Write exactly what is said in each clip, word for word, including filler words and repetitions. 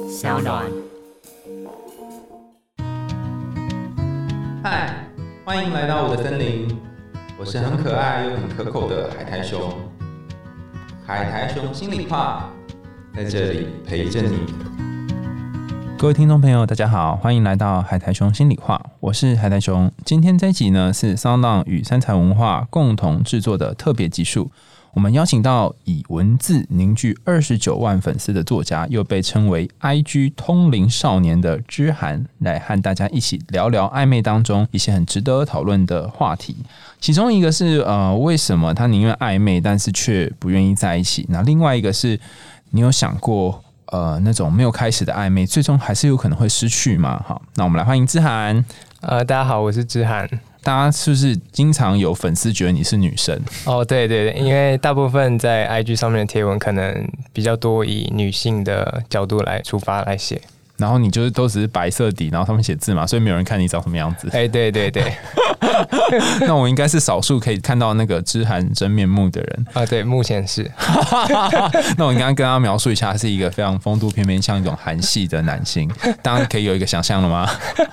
小暖。 嗨，欢迎来到我的森林，我是很可爱又很可口的海苔熊。海苔熊心里话，在这里陪着你。各位听众朋友，大家好，欢迎来到海苔熊心里话，我是海苔熊。今天这一集呢是 SoundOn 与三彩文化共同制作的特别集数。我们邀请到以文字凝聚二十九万粉丝的作家，又被称为 I G 通灵少年的之涵，来和大家一起聊聊暧昧当中一些很值得讨论的话题。其中一个是呃，为什么他宁愿暧昧，但是却不愿意在一起？那另外一个是，你有想过呃那种没有开始的暧昧，最终还是有可能会失去吗？好，那我们来欢迎之涵。 呃，大家好，我是之涵。 大家是不是经常有粉丝觉得你是女生？ 哦，对对对，因为大部分在 I G 上面的贴文可能比较多以女性的角度来出发来写， 然后你就是都只是白色底，然后上面写字嘛，所以没有人看你长什么样子。 哎，对对对， 那我应该是少数可以看到那个之涵真面目的人啊，对，目前是。 那我应该跟他描述一下，他是一个非常风度翩翩，像一种韩系的男性，大家可以有一个想象了吗？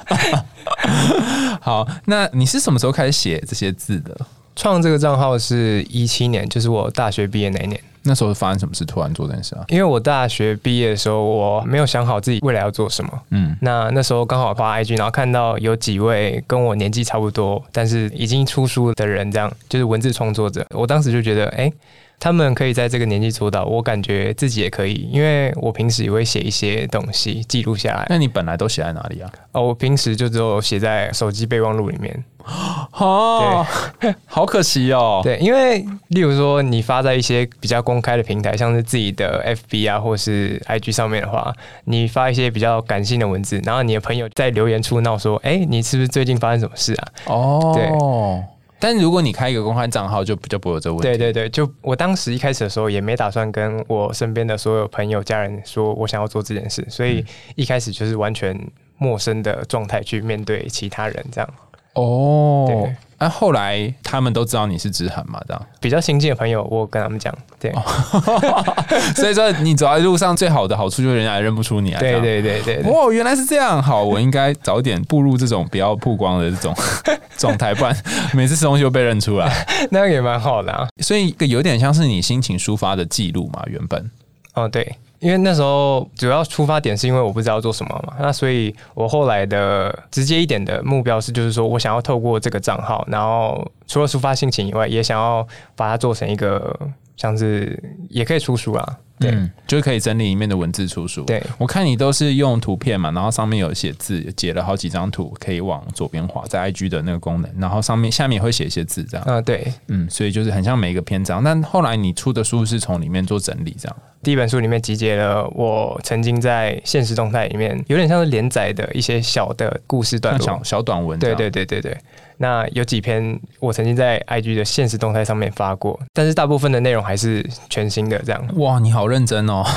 好，那你是什么时候开始写这些字的？ 创这个账号是一七年，就是我大学毕业那一年。 那时候发生什么事，突然做这件事啊？ 因为我大学毕业的时候，我没有想好自己未来要做什么。嗯，那那时候刚好滑 I G， 然后看到有几位跟我年纪差不多，但是已经出书的人，这样就是文字创作者。我当时就觉得，哎、欸，他们可以在这个年纪做到，我感觉自己也可以，因为我平时也会写一些东西记录下来。 那你本来都写在哪里啊？ 哦，我平时就只有写在手机备忘录里面。 哦，好可惜哦。 对，因为例如说你发在一些比较公开的平台，像是自己的 F B 啊，或是 I G 上面的话，你发一些比较感性的文字，然后你的朋友在留言处闹说，哎、欸，你是不是最近发生什么事啊？ 哦， 对。 但是如果你开一个公开账号，就比较不会有这个问题。 对对对，就我当时一开始的时候也没打算跟我身边的所有朋友、家人说我想要做这件事，所以一开始就是完全陌生的状态去面对其他人，这样。 哦，那、啊、后来他们都知道你是之涵嘛？这样比较亲近的朋友，我跟他们讲，对。哦、 所以说你走在路上最好的好处就是人家也认不出你来。 对对对 对, 对。 哇，原来是这样。好，我应该早点步入这种不要曝光的这种状态，不然每次吃东西就被认出来。 那个也蛮好的啊。 所以有点像是你心情抒发的记录嘛，原本。 哦，对。因为那时候主要出发点是因为我不知道做什么嘛，那所以我后来的直接一点的目标是，就是说我想要透过这个账号，然后除了抒发心情以外，也想要把它做成一个像是也可以出书啦。对、嗯， 就是可以整理里面的文字出书。 对， 我看你都是用图片嘛，然后上面有写字，截了好几张图，可以往左边滑，在 I G 的那个功能，然后上面下面也会写一些字，这样。 啊，对， 嗯，所以就是很像每一个篇章。但后来你出的书是从里面做整理，这样。 第一本书里面集结了我曾经在现实动态里面有点像是连载的一些小的故事段落， 小小短文。 对对对对对。那有几篇我曾经在 I G 的现实动态上面发过，但是大部分的内容还是全新的这样。 哇，你好认真哦！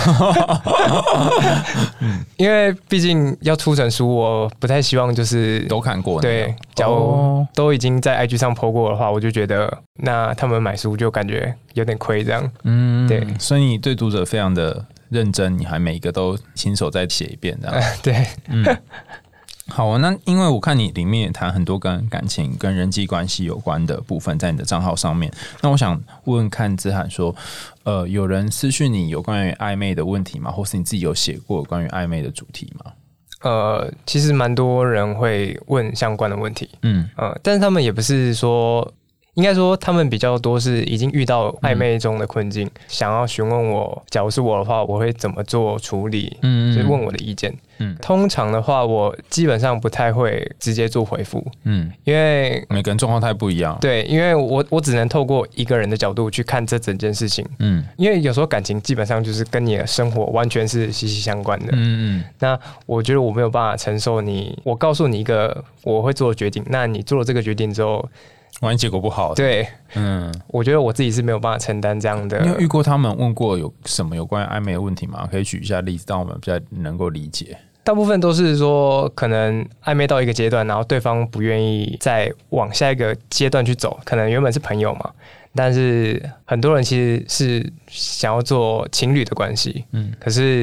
因为毕竟要出成书，我不太希望就是都看过。 对，假如都已经在 I G 上 po 过的话，我就觉得那他们买书就感觉有点亏这样。嗯，对， 所以你对读者非常的认真，你还每一个都亲手再写一遍这样。 呃、对，嗯。 好啊，那因为我看你里面也谈很多跟感情、跟人际关系有关的部分，在你的账号上面。那我想问问看之涵说，呃，有人私讯你有关于暧昧的问题吗？或是你自己有写过关于暧昧的主题吗？ 呃，其实蛮多人会问相关的问题，嗯，呃，但是他们也不是说。应该说，他们比较多是已经遇到暧昧中的困境，嗯、想要询问我，假如是我的话，我会怎么做处理？嗯，就是问我的意见。嗯，通常的话，我基本上不太会直接做回复。嗯，因为每个人状况太不一样。 对，因为我我只能透过一个人的角度去看这整件事情。嗯，因为有时候感情基本上就是跟你的生活完全是息息相关的。嗯嗯，那我觉得我没有办法承受你，我告诉你一个我会做的决定，那你做了这个决定之后。 万一结果不好的， 对，嗯，我觉得我自己是没有办法承担这样的。 你有遇过他们问过有什么有关于暧昧的问题吗？可以举一下例子，让我们比较能够理解。 大部分都是说，可能暧昧到一个阶段，然后对方不愿意再往下一个阶段去走，可能原本是朋友嘛，但是很多人其实是想要做情侣的关系，嗯，可是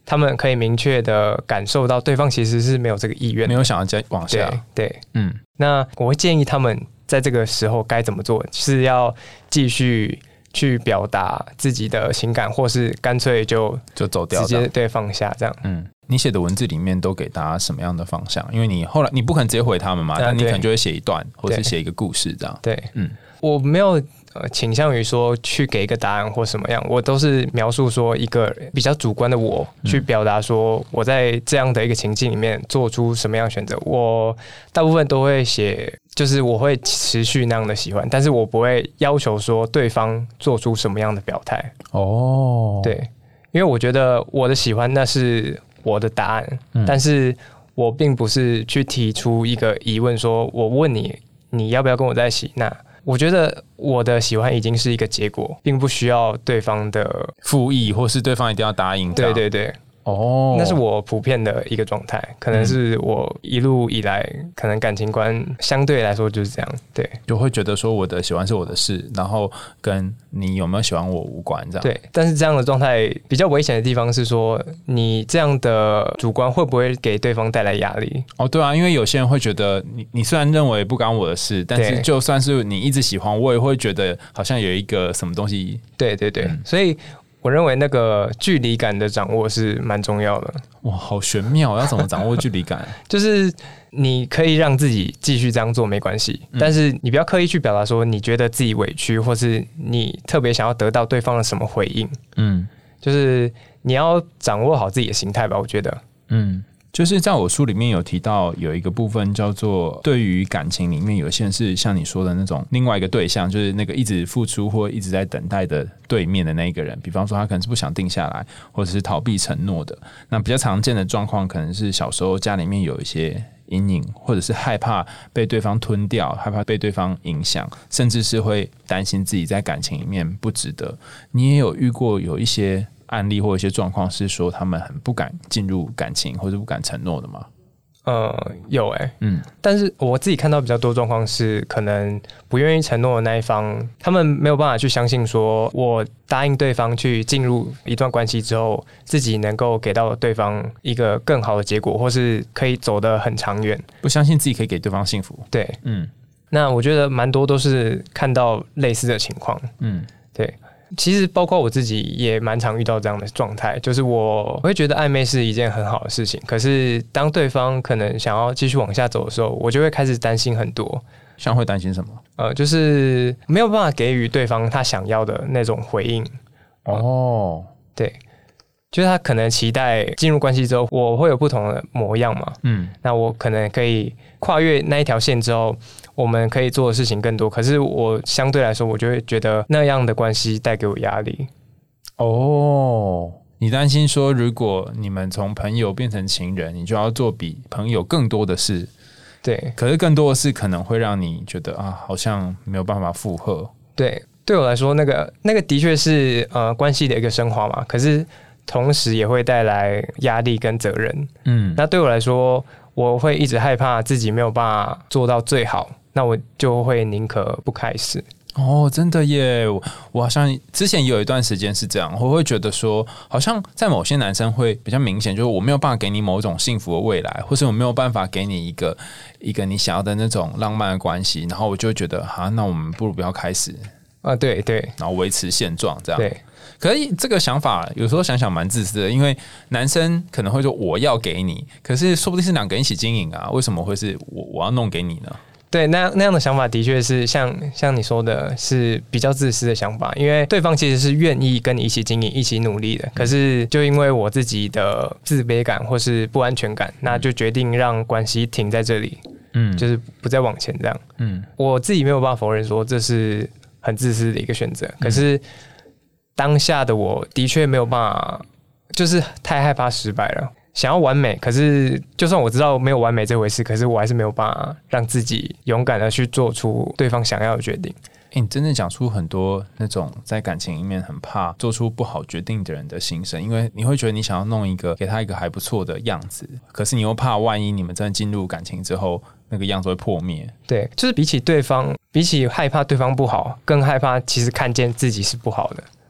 他们可以明确的感受到对方其实是没有这个意愿， 没有想要再往下。 对，对嗯，那我会建议他们在这个时候该怎么做，是要继续去表达自己的情感，或是干脆就就走掉， 直接对放下这样。 嗯，你写的文字里面都给大家什么样的方向？因为你后来你不可能直接回他们嘛，嗯、但你可能就会写一段，或是写一个故事这样。 对，嗯，我没有。呃，倾向于说去给一个答案或什么样，我都是描述说一个比较主观的我，嗯、去表达说我在这样的一个情境里面做出什么样的选择。我大部分都会写，就是我会持续那样的喜欢，但是我不会要求说对方做出什么样的表态。哦，对，因为我觉得我的喜欢那是我的答案，嗯、但是我并不是去提出一个疑问，说我问你你要不要跟我在一起？那我觉得我的喜欢已经是一个结果，并不需要对方的附议，或是对方一定要答应。 对对对，哦，那是我普遍的一个状态，可能是我一路以来可能感情观相对来说就是这样，对， 就会觉得说我的喜欢是我的事，然后跟你有没有喜欢我无关，这样。 对，但是这样的状态比较危险的地方是说，你这样的主观会不会给对方带来压力？ 哦，对啊，因为有些人会觉得你你虽然认为不干我的事，但是就算是你一直喜欢，我也会觉得好像有一个什么东西。 对对对，嗯、所以。我认为那个距离感的掌握是蛮重要的。 哇，好玄妙！要怎么掌握距离感？ 就是你可以让自己继续这样做没关系，嗯、但是你不要刻意去表达说你觉得自己委屈，或是你特别想要得到对方的什么回应。嗯，就是你要掌握好自己的心态吧，我觉得。嗯。 就是在我书里面有提到有一个部分叫做对于感情里面有些人是像你说的那种另外一个对象，就是那个一直付出或一直在等待的对面的那一个人，比方说他可能是不想定下来或者是逃避承诺的。那比较常见的状况可能是小时候家里面有一些阴影，或者是害怕被对方吞掉，害怕被对方影响，甚至是会担心自己在感情里面不值得。你也有遇过有一些案例或一些状况是说他们很不敢进入感情或者不敢承诺的吗？ 呃，有哎、欸，嗯，但是我自己看到比较多状况是，可能不愿意承诺的那一方，他们没有办法去相信说，我答应对方去进入一段关系之后，自己能够给到对方一个更好的结果，或是可以走得很长远， 不相信自己可以给对方幸福。 对，嗯，那我觉得蛮多都是看到类似的情况，嗯，对。其实包括我自己也蛮常遇到这样的状态，就是我会觉得暧昧是一件很好的事情，可是当对方可能想要继续往下走的时候，我就会开始担心很多。 像会担心什么？ 呃，就是没有办法给予对方他想要的那种回应。哦，对，就是他可能期待进入关系之后我会有不同的模样嘛，嗯，那我可能可以跨越那一条线之后，我们可以做的事情更多，可是我相对来说我就会觉得那样的关系带给我压力。 哦，你担心说如果你们从朋友变成情人，你就要做比朋友更多的事。 对， 可是更多的事可能会让你觉得啊，好像没有办法负荷。 对，对我来说那个那个的确是呃关系的一个升华嘛，可是同时也会带来压力跟责任。嗯，那对我来说我会一直害怕自己没有办法做到最好，那我就会宁可不开始。 哦，真的耶！我, 我好像之前也有一段时间是这样，我会觉得说，好像在某些男生会比较明显，就是我没有办法给你某种幸福的未来，或是我没有办法给你一个一个你想要的那种浪漫的关系，然后我就会觉得，哈，那我们不如不要开始啊，对对， 然后维持现状这样。 对。 可是这个想法有时候想想蛮自私的，因为男生可能会说我要给你，可是说不定是两个人一起经营啊，为什么会是我我要弄给你呢？ 对，那那样的想法的确是像像你说的是比较自私的想法，因为对方其实是愿意跟你一起经营、一起努力的，可是就因为我自己的自卑感或是不安全感，那就决定让关系停在这里，嗯，就是不再往前这样。嗯，我自己没有办法否认说这是很自私的一个选择，可是当下的我的确没有办法，就是太害怕失败了。想要完美，可是就算我知道没有完美这回事，可是我还是没有办法让自己勇敢的去做出对方想要的决定。 欸，你真的讲出很多那种在感情里面很怕做出不好决定的人的心声，因为你会觉得你想要弄一个给他一个还不错的样子，可是你又怕万一你们真的进入感情之后那个样子会破灭。 对，就是比起对方比起害怕对方不好，更害怕其实看见自己是不好的。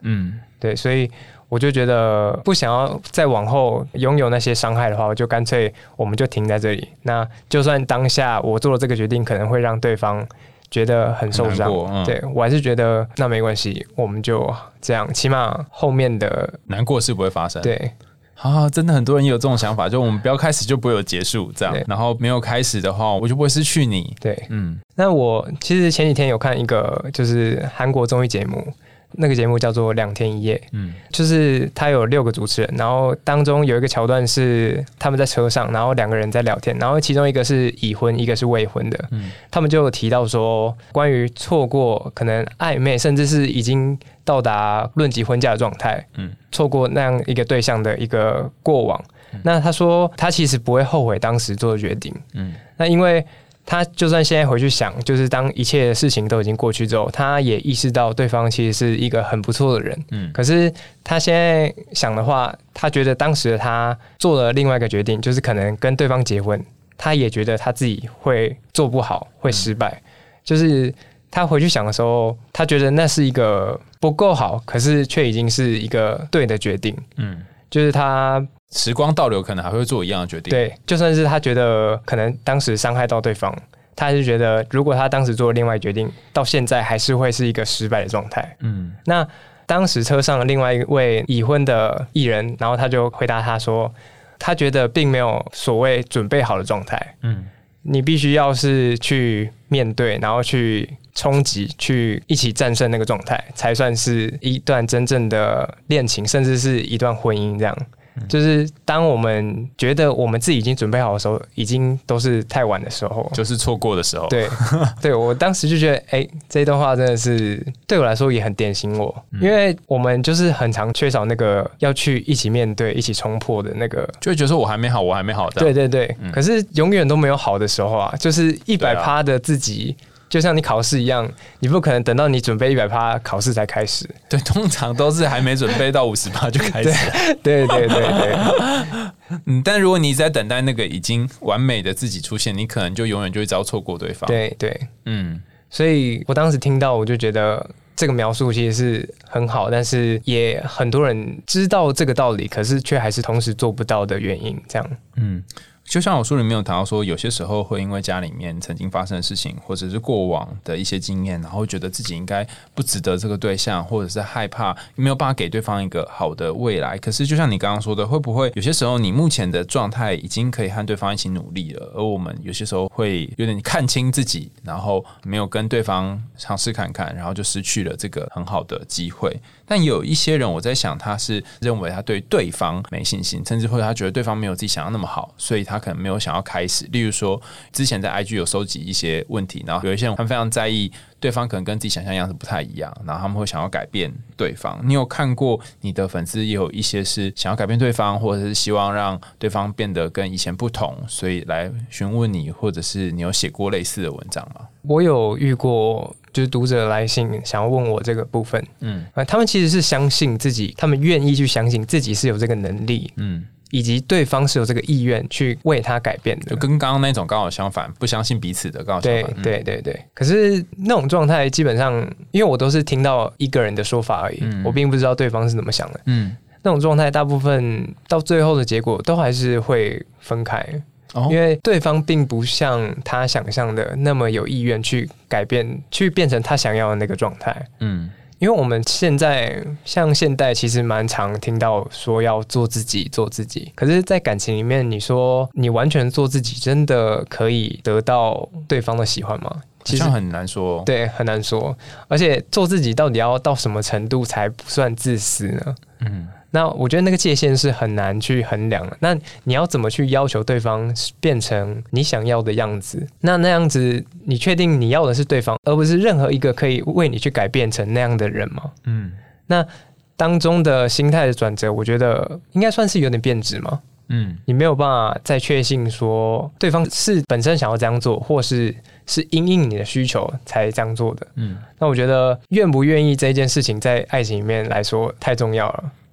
嗯，对，所以我就觉得不想要再往后拥有那些伤害的话，我就干脆我们就停在这里。那就算当下我做了这个决定，可能会让对方觉得很受伤，嗯、对我还是觉得那没关系，我们就这样，起码后面的难过是不会发生。 对。 啊，真的很多人也有这种想法，就我们不要开始就不会有结束这样，然后没有开始的话，我就不会失去你。 对，嗯。那我其实前几天有看一个就是韩国综艺节目，那个节目叫做《两天一夜》，嗯，就是他有六个主持人，然后当中有一个桥段是他们在车上，然后两个人在聊天，然后其中一个是已婚，一个是未婚的，嗯，他们就有提到说关于错过可能暧昧，甚至是已经到达论及婚嫁的状态，嗯，错过那样一个对象的一个过往。嗯、那他说他其实不会后悔当时做的决定，嗯，那因为他就算现在回去想，就是当一切的事情都已经过去之后，他也意识到对方其实是一个很不错的人，嗯，可是他现在想的话，他觉得当时的他做了另外一个决定，就是可能跟对方结婚，他也觉得他自己会做不好，会失败，嗯、就是他回去想的时候，他觉得那是一个不够好，可是却已经是一个对的决定。嗯，就是他时光倒流，可能还会做一样的决定。 对，就算是他觉得可能当时伤害到对方，他还是觉得如果他当时做了另外决定，到现在还是会是一个失败的状态。嗯，那当时车上的另外一位已婚的艺人，然后他就回答他说，他觉得并没有所谓准备好的状态。嗯，你必须要是去面对，然后去冲击，去一起战胜那个状态，才算是一段真正的恋情，甚至是一段婚姻这样。嗯、就是当我们觉得我们自己已经准备好的时候，已经都是太晚的时候， 就是错过的时候。 对，对我当时就觉得，哎、欸，这一段话真的是对我来说也很点醒我，嗯、因为我们就是很常缺少那个要去一起面对、一起冲破的那个， 就会觉得说我还没好，我还没好的。 对对对，嗯、可是永远都没有好的时候啊，就是一百趴的自己。就像你考试一样，你不可能等到你准备一百趴考试才开始。 对，通常都是还没准备到五十趴就开始了。 对对对对对。 嗯，但如果你在等待那个已经完美的自己出现，你可能就永远就会只要错过对方。 对对，嗯，所以我当时听到，我就觉得这个描述其实是很好，但是也很多人知道这个道理，可是却还是同时做不到的原因。这样，嗯。 就像我书里面有谈到说，有些时候会因为家里面曾经发生的事情，或者是过往的一些经验，然后觉得自己应该不值得这个对象，或者是害怕没有办法给对方一个好的未来。可是就像你刚刚说的，会不会有些时候你目前的状态已经可以和对方一起努力了，而我们有些时候会有点看清自己，然后没有跟对方尝试看看，然后就失去了这个很好的机会。但有一些人，我在想，他是认为他对对方没信心，甚至或者他觉得对方没有自己想要那么好，所以他可能没有想要开始。例如说，之前在 I G 有收集一些问题，然后有一些人他们非常在意对方可能跟自己想象样子不太一样，然后他们会想要改变对方。你有看过你的粉丝也有一些是想要改变对方，或者是希望让对方变得跟以前不同，所以来询问你，或者是你有写过类似的文章吗？ 我有遇过。就是读者来信想要问我这个部分，嗯，他们其实是相信自己，他们愿意去相信自己是有这个能力，嗯，以及对方是有这个意愿去为他改变的， 就跟刚刚那种刚好相反，不相信彼此的刚好相反。 对对对对。可是那种状态基本上，因为我都是听到一个人的说法而已，嗯、我并不知道对方是怎么想的，嗯，那种状态大部分到最后的结果都还是会分开。因为对方并不像他想象的那么有意愿去改变，去变成他想要的那个状态。嗯，因为我们现在像现代，其实蛮常听到说要做自己，做自己。可是，在感情里面，你说你完全做自己，真的可以得到对方的喜欢吗？ 其实很难说， 对，很难说。而且做自己到底要到什么程度才不算自私呢？嗯。那我觉得那个界限是很难去衡量的。那你要怎么去要求对方变成你想要的样子？那那样子，你确定你要的是对方，而不是任何一个可以为你去改变成那样的人吗？嗯，那当中的心态的转折，我觉得应该算是有点变质嘛。嗯，你没有办法再确信说对方是本身想要这样做，或是是因应你的需求才这样做的。嗯，那我觉得愿不愿意这件事情在爱情里面来说太重要了。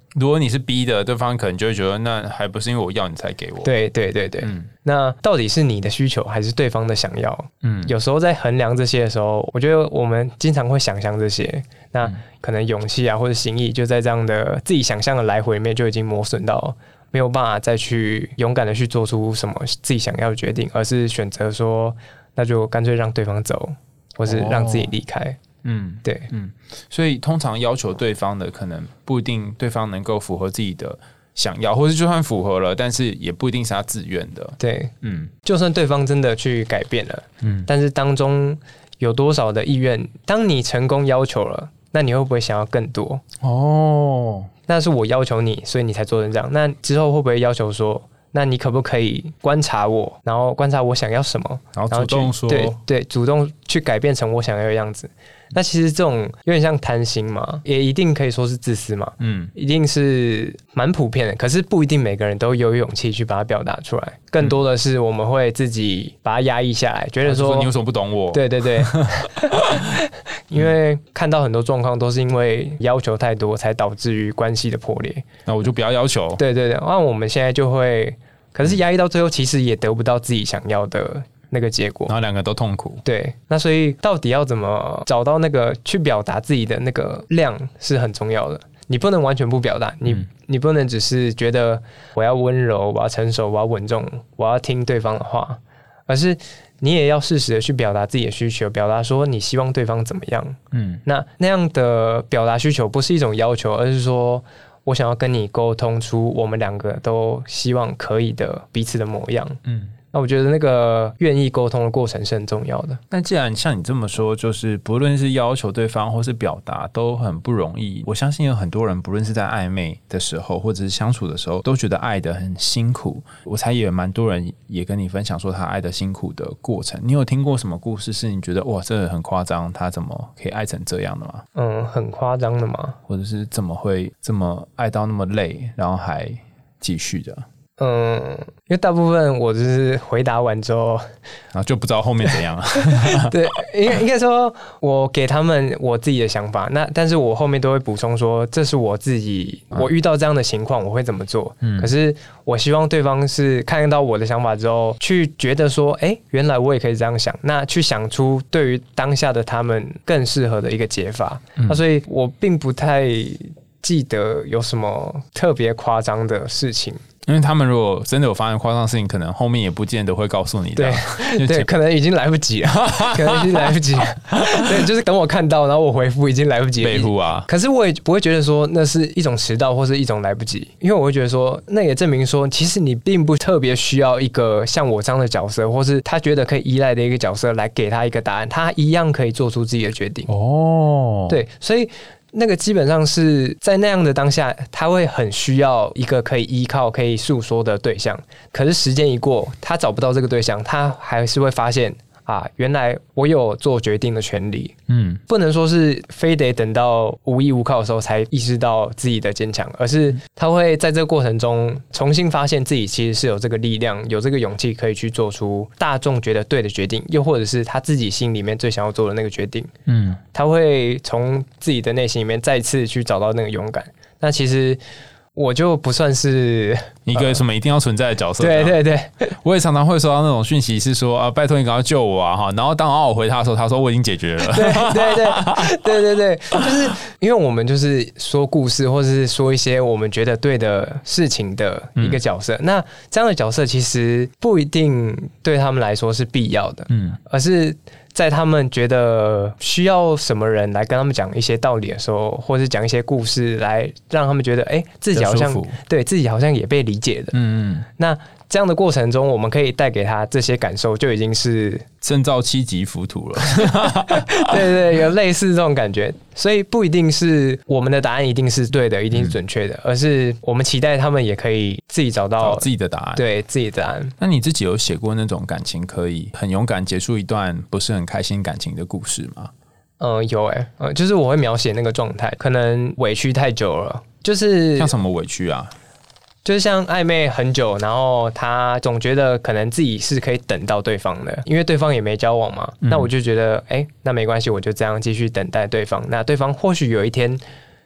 如果你是逼的，对方可能就会觉得那还不是因为我要你才给我。 对对对对，嗯，那到底是你的需求还是对方的想要？嗯，有时候在衡量这些的时候，我觉得我们经常会想象这些，那可能勇气啊或者心意就在这样的自己想象的来回里面就已经磨损到没有办法再去勇敢的去做出什么自己想要的决定，而是选择说那就干脆让对方走，或是让自己离开。哦嗯，对， 嗯，所以通常要求对方的，可能不一定对方能够符合自己的想要，或是就算符合了，但是也不一定是他自愿的。 对，嗯，就算对方真的去改变了，嗯，但是当中有多少的意愿，当你成功要求了，那你会不会想要更多？哦，那是我要求你，所以你才做成这样。那之后会不会要求说？那你可不可以观察我，然后观察我想要什么， 然后主动说， 对对，主动去改变成我想要的样子。那其实这种有点像贪心嘛，也一定可以说是自私嘛，嗯，一定是蛮普遍的。可是不一定每个人都有勇气去把它表达出来，更多的是我们会自己把它压抑下来，觉得 说,、 啊、说你为什么不懂我？ 对对对，因为看到很多状况都是因为要求太多，才导致于关系的破裂。 那我就不要要求。 对对对，那我们现在就会。可是压抑到最后，其实也得不到自己想要的那个结果， 然后两个都痛苦。 对，那所以到底要怎么找到那个去表达自己的那个量是很重要的。你不能完全不表达，你、嗯、你不能只是觉得我要温柔，我要成熟，我要稳重，我要听对方的话，而是你也要适时的去表达自己的需求，表达说你希望对方怎么样。嗯，那那样的表达需求不是一种要求，而是说。我想要跟你沟通出我们两个都希望可以的彼此的模样。嗯，那我觉得那个愿意沟通的过程是很重要的。 但既然像你这么说，就是不论是要求对方或是表达都很不容易。我相信有很多人，不论是在暧昧的时候或者是相处的时候，都觉得爱得很辛苦。我猜也蛮多人也跟你分享说他爱得辛苦的过程。你有听过什么故事是你觉得哇，这很夸张，他怎么可以爱成这样的吗？ 嗯，很夸张的吗？ 或者是怎么会这么爱到那么累，然后还继续的？ 嗯，因为大部分我就是回答完之后， 然后就不知道后面怎样了。 对，应该应该说，我给他们我自己的想法，那但是我后面都会补充说，这是我自己，我遇到这样的情况我会怎么做。嗯，可是我希望对方是看到我的想法之后，去觉得说，哎、欸，原来我也可以这样想，那去想出对于当下的他们更适合的一个解法。嗯、那所以我并不太记得有什么特别夸张的事情。 因为他们如果真的有发生夸张的事情，可能后面也不见得会告诉你的。 对，对，可能已经来不及了，可能已经来不及了。对，就是等我看到，然后我回复已经来不及了。 备复啊！ 可是我也不会觉得说那是一种迟到或是一种来不及，因为我会觉得说，那也证明说，其实你并不特别需要一个像我这样的角色，或是他觉得可以依赖的一个角色来给他一个答案，他一样可以做出自己的决定。哦，对，所以。那个基本上是在那样的当下，他会很需要一个可以依靠、可以诉说的对象。可是时间一过，他找不到这个对象，他还是会发现啊，原来我有做决定的权利。嗯，不能说是非得等到无依无靠的时候才意识到自己的坚强，而是他会在这个过程中重新发现自己其实是有这个力量、有这个勇气可以去做出大众觉得对的决定，又或者是他自己心里面最想要做的那个决定。嗯，他会从自己的内心里面再次去找到那个勇敢。那其实我就不算是一个什么一定要存在的角色。 对对对， 我也常常会收到那种讯息，是说啊，拜托你赶快救我啊哈。然后当我回他的时候，他说我已经解决了。 对对对对对对，就是因为我们就是说故事，或者是说一些我们觉得对的事情的一个角色。嗯、那这样的角色其实不一定对他们来说是必要的，嗯，而是。在他们觉得需要什么人来跟他们讲一些道理的时候，或是讲一些故事来让他们觉得，哎、欸，自己好像对自己好像也被理解的。嗯嗯。那这样的过程中，我们可以带给他这些感受，就已经是胜造七级浮屠了。 对对，有类似这种感觉。所以不一定是我们的答案一定是对的，一定是准确的，嗯、而是我们期待他们也可以自己找到找自己的答案， 对自己的答案。 那你自己有写过那种感情可以很勇敢结束一段不是很开心感情的故事吗？ 嗯、呃，有哎、欸，呃，就是我会描写那个状态，可能委屈太久了，就是像什么委屈啊？ 就是像暧昧很久，然后他总觉得可能自己是可以等到对方的，因为对方也没交往嘛。嗯、那我就觉得，哎、欸，那没关系，我就这样继续等待对方。那对方或许有一天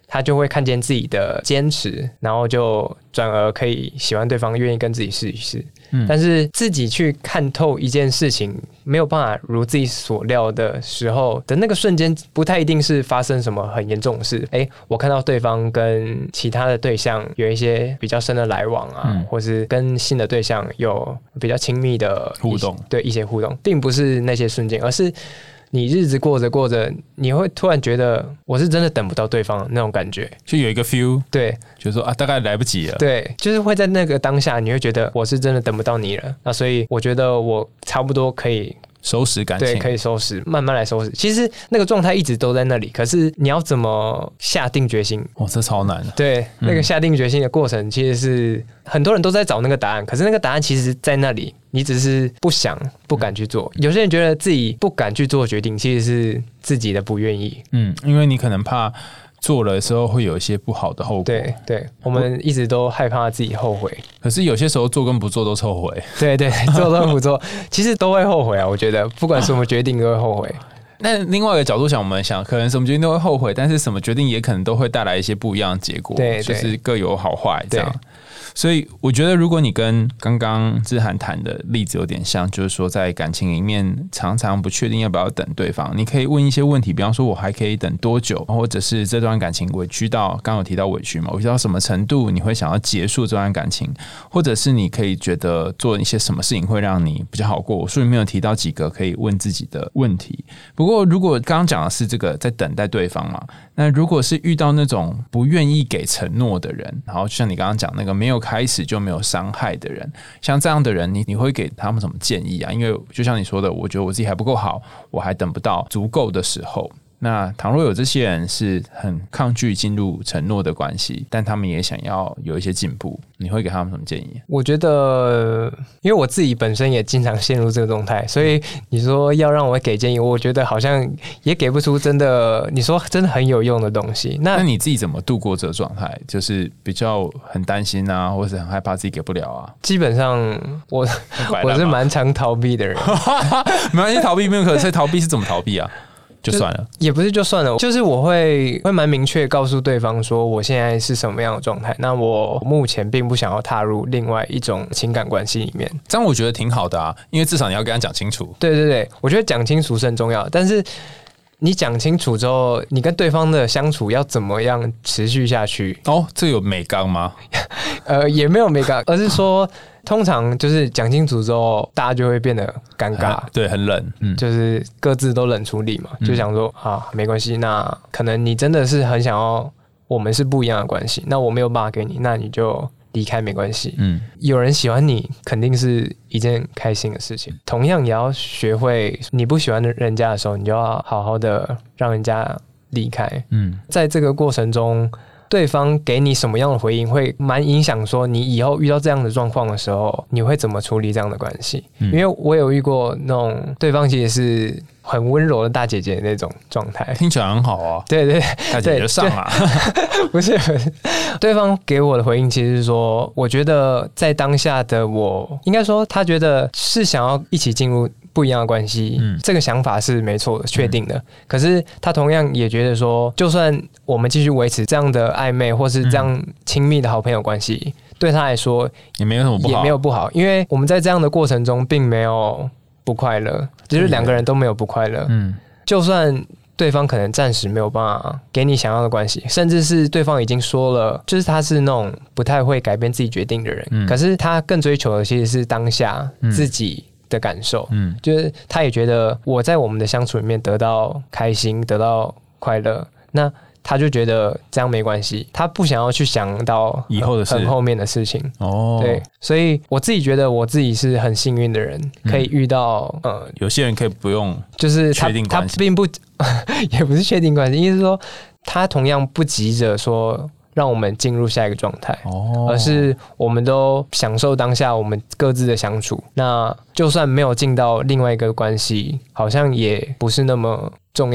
他就会看见自己的坚持，然后就转而可以喜欢对方，愿意跟自己试一试。嗯、但是自己去看透一件事情，没有办法如自己所料的时候的那个瞬间，不太一定是发生什么很严重的事。哎，我看到对方跟其他的对象有一些比较深的来往啊，嗯、或是跟新的对象有比较亲密的互动， 对一些互动，并不是那些瞬间，而是你日子过着过着，你会突然觉得我是真的等不到对方那种感觉， 就有一个 feel， 对， 就是说啊，大概来不及了， 对，就是会在那个当下，你会觉得我是真的等不到你了，那所以我觉得我差不多可以收拾感情， 对，可以收拾，慢慢来收拾。其实那个状态一直都在那里，可是你要怎么下定决心？ 哦，这超难的。 对，嗯、那个下定决心的过程，其实是很多人都在找那个答案，可是那个答案其实在那里，你只是不想、不敢去做。有些人觉得自己不敢去做决定，其实是自己的不愿意。 嗯，因为你可能怕做了的时候会有一些不好的后果。 对对，我们一直都害怕自己后悔。 可是有些时候做跟不做都后悔。 对对，做跟不做，其实都会后悔啊。我觉得不管什么决定都会后悔。 那另外一个角度想，我们想，可能什么决定都会后悔，但是什么决定也可能都会带来一些不一样的结果， 对， 就是各有好坏这样。所以我觉得，如果你跟刚刚志涵谈的例子有点像，就是说在感情里面常常不确定要不要等对方，你可以问一些问题，比方说我还可以等多久，或者是这段感情委屈到，刚刚有提到委屈嘛，委屈到什么程度你会想要结束这段感情，或者是你可以觉得做一些什么事情会让你比较好过。我书里面有提到几个可以问自己的问题。不过如果刚刚讲的是这个在等待对方嘛，那如果是遇到那种不愿意给承诺的人，然后就像你刚刚讲那个没有开始就没有伤害的人，像这样的人，你你会给他们什么建议啊？因为就像你说的，我觉得我自己还不够好，我还等不到足够的时候。那倘若有这些人是很抗拒进入承诺的关系，但他们也想要有一些进步，你会给他们什么建议？ 我觉得，因为我自己本身也经常陷入这个状态，所以你说要让我给建议，我觉得好像也给不出真的，你说真的很有用的东西。那那你自己怎么度过这个状态？就是比较很担心啊，或是很害怕自己给不了啊？ 基本上我我是蛮常逃避的人， 没关系，逃避没有可是逃避是怎么逃避啊？就算了， 也不是就算了，就是我会会蛮明确告诉对方说我现在是什么样的状态，那我目前并不想要踏入另外一种情感关系里面。 这样我觉得挺好的啊，因为至少你要跟他讲清楚。 对对对，我觉得讲清楚是很重要的，但是你讲清楚之后，你跟对方的相处要怎么样持续下去？ 哦，这有美感吗？ 呃，也没有美感，而是说。通常就是讲清楚之后，大家就会变得尴尬， 对，很冷， 嗯，就是各自都冷处理嘛，嗯、就想说啊，没关系，那可能你真的是很想要，我们是不一样的关系，那我没有办法给你，那你就离开没关系，嗯，有人喜欢你，肯定是一件开心的事情。同样也要学会，你不喜欢人家的时候，你就要好好的让人家离开，嗯，在这个过程中。对方给你什么样的回应，会蛮影响说你以后遇到这样的状况的时候，你会怎么处理这样的关系？嗯、因为我有遇过那种对方其实是很温柔的大姐姐的那种状态， 听起来很好啊。 对对， 大姐姐上啊， 不是不是，对方给我的回应其实是说，我觉得在当下的我，应该说他觉得是想要一起进入。不一样的关系、嗯，这个想法是没错的，确定的、嗯。可是他同样也觉得说，就算我们继续维持这样的暧昧，或是这样亲密的好朋友关系、嗯，对他来说也没有什么不好， 也没有不好，因为我们在这样的过程中并没有不快乐，就是两个人都没有不快乐。嗯，就算对方可能暂时没有办法给你想要的关系，甚至是对方已经说了，就是他是那种不太会改变自己决定的人，嗯、可是他更追求的其实是当下自己。的感受，嗯，就是他也觉得我在我们的相处里面得到开心，得到快乐，那他就觉得这样没关系，他不想要去想到以后的事， 很后面的事情哦。 对，所以我自己觉得我自己是很幸运的人，嗯、可以遇到呃， 有些人可以不用， 就是他他并不也不是确定关系，意思是说他同样不急着说。让我们进入下一个状态、哦，而是我们都享受当下我们各自的相处。那就算没有进到另外一个关系，好像也不是那么重要。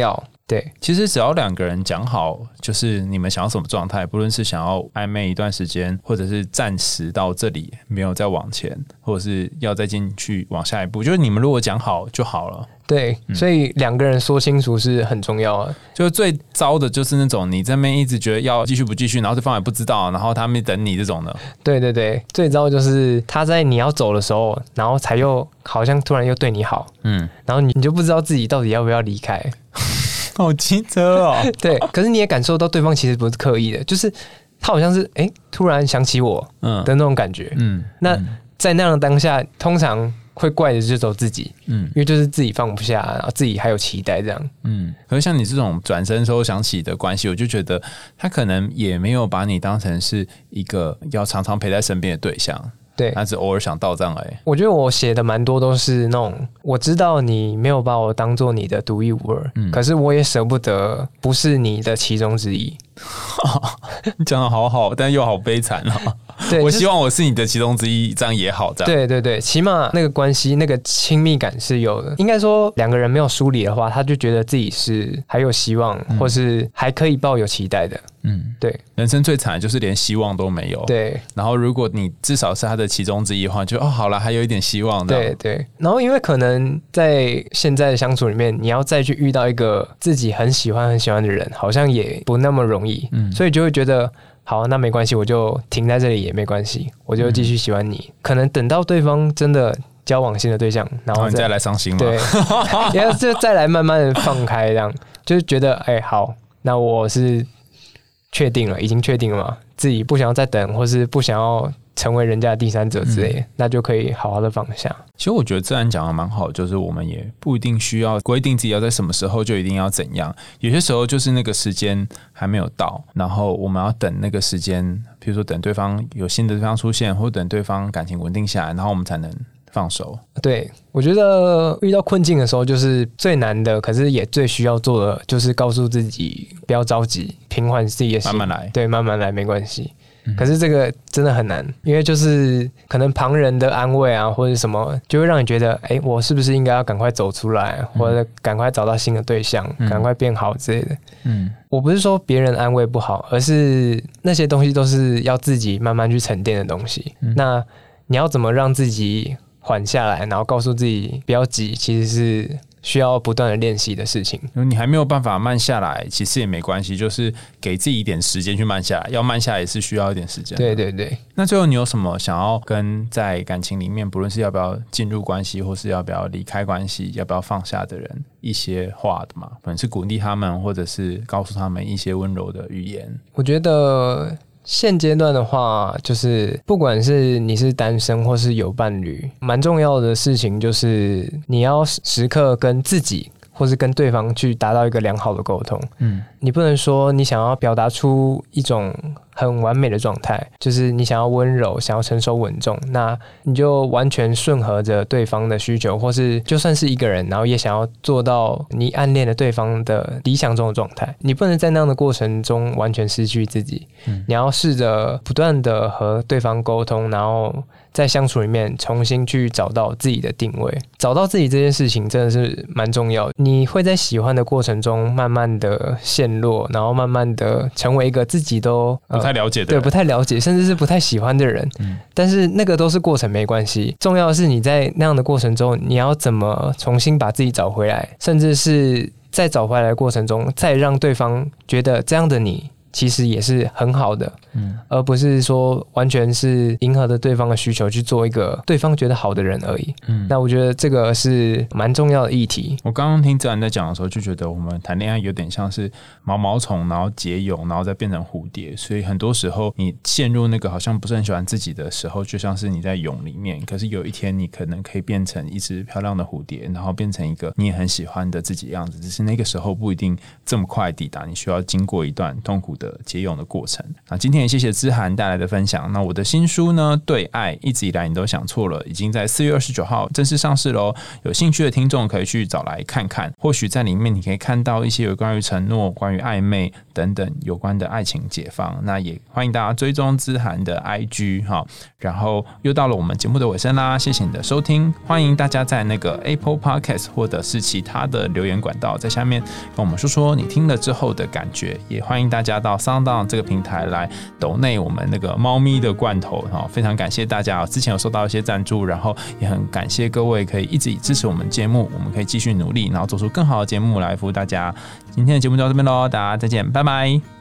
对， 其实只要两个人讲好，就是你们想要什么状态，不论是想要暧昧一段时间，或者是暂时到这里没有再往前，或者是要再进去往下一步，就是你们如果讲好就好了。 对，所以两个人说清楚是很重要的。 就最糟的就是那种你这边一直觉得要继续不继续，然后对方也不知道，然后他们等你这种的。对对对，最糟就是他在你要走的时候，然后才又好像突然又对你好，嗯，然后你你就不知道自己到底要不要离开。 好机车哦。 对，可是你也感受到对方其实不是刻意的，就是他好像是哎、欸、突然想起我的那种感觉。嗯，那在那样的当下，通常会怪的就走自己，嗯，因为就是自己放不下，然后自己还有期待这样， 嗯。可是像你这种转身时候想起的关系，我就觉得他可能也没有把你当成是一个要常常陪在身边的对象，对，他只偶尔想到这样而已。 我觉得我写的蛮多都是那种，我知道你没有把我当做你的独一无二，嗯，可是我也舍不得不是你的其中之一。 你讲的好好，但又好悲惨啊！对，我希望我是你的其中之一，这样也好。这样对对对，起码那个关系、那个亲密感是有的。应该说，两个人没有疏离的话，他就觉得自己是还有希望，嗯、或是还可以抱有期待的。嗯，对。 人生最惨的就是连希望都没有。 对。 然后，如果你至少是他的其中之一的话，就哦，好了，还有一点希望。 对对。然后，因为可能在现在的相处里面，你要再去遇到一个自己很喜欢、很喜欢的人，好像也不那么容易。嗯。所以就会觉得。好，那没关系，我就停在这里也没关系，我就继续喜欢你。嗯、可能等到对方真的交往新的对象，然后再, 你再来伤心嘛， 对，然后就再来慢慢的放开，这样就是觉得，哎、欸，好，那我是确定了，已经确定了嘛，自己不想要再等，或是不想要成为人家的第三者之类的，嗯、那就可以好好的放下。 其实我觉得自然讲的蛮好，就是我们也不一定需要规定自己要在什么时候就一定要怎样，有些时候就是那个时间还没有到，然后我们要等那个时间，比如说等对方有新的对方出现，或者等对方感情稳定下来，然后我们才能放手。 对，我觉得遇到困境的时候，就是最难的，可是也最需要做的，就是告诉自己不要着急，平缓自己的心， 慢慢来， 对，慢慢来，没关系。可是这个真的很难，因为就是可能旁人的安慰啊，或者什么，就会让你觉得，哎、欸，我是不是应该要赶快走出来，嗯、或者赶快找到新的对象，赶、嗯、快变好之类的。嗯，我不是说别人安慰不好，而是那些东西都是要自己慢慢去沉淀的东西。嗯、那你要怎么让自己缓下来，然后告诉自己不要急，其实是需要不断的练习的事情。 你还没有办法慢下来，其实也没关系，就是给自己一点时间去慢下来。要慢下来也是需要一点时间。 对对对。 那最后你有什么想要跟在感情里面，不论是要不要进入关系，或是要不要离开关系，要不要放下的人一些话的吗？可能是鼓励他们，或者是告诉他们一些温柔的语言。 我觉得现阶段的话，就是不管是你是单身或是有伴侣，蛮重要的事情就是你要时刻跟自己或是跟对方去达到一个良好的沟通。嗯，你不能说你想要表达出一种很完美的状态，就是你想要温柔，想要成熟稳重，那你就完全顺合着对方的需求，或是就算是一个人，然后也想要做到你暗恋的对方的理想中的状态，你不能在那样的过程中完全失去自己。嗯，你要试着不断的和对方沟通，然后在相处里面重新去找到自己的定位，找到自己这件事情真的是蛮重要的。你会在喜欢的过程中慢慢的陷落，然后慢慢的成为一个自己都、 呃、不太了解的人， 对，不太了解，甚至是不太喜欢的人。嗯，但是那个都是过程，没关系。重要的是你在那样的过程中，你要怎么重新把自己找回来，甚至是在找回来的过程中，再让对方觉得这样的你其实也是很好的，嗯，而不是说完全是迎合的对方的需求去做一个对方觉得好的人而已。嗯，那我觉得这个是蛮重要的议题。 我刚刚听自然在讲的时候，就觉得我们谈恋爱有点像是毛毛虫，然后结蛹，然后再变成蝴蝶。所以很多时候你陷入那个好像不是很喜欢自己的时候，就像是你在蛹里面，可是有一天你可能可以变成一只漂亮的蝴蝶，然后变成一个你也很喜欢的自己的样子。只是那个时候不一定这么快抵达，你需要经过一段痛苦的结蛹的过程。那今天也谢谢姿涵带来的分享。那我的新书呢，对爱一直以来你都想错了，已经在四月二十九号正式上市咯。有兴趣的听众可以去找来看看，或许在里面你可以看到一些有关于承诺、关于暧昧等等有关的爱情解放。那也欢迎大家追踪姿涵的 I G 哈。然后又到了我们节目的尾声啦，谢谢你的收听，欢迎大家在那个 Apple Podcast 或者是其他的留言管道在下面跟我们说说你听了之后的感觉，也欢迎大家到 SoundOn 这个平台来抖内我们那个猫咪的罐头，非常感谢大家，之前有收到一些赞助，然后也很感谢各位可以一直支持我们节目，我们可以继续努力，然后做出更好的节目来服务大家。今天的节目就到这边咯，大家再见，拜拜。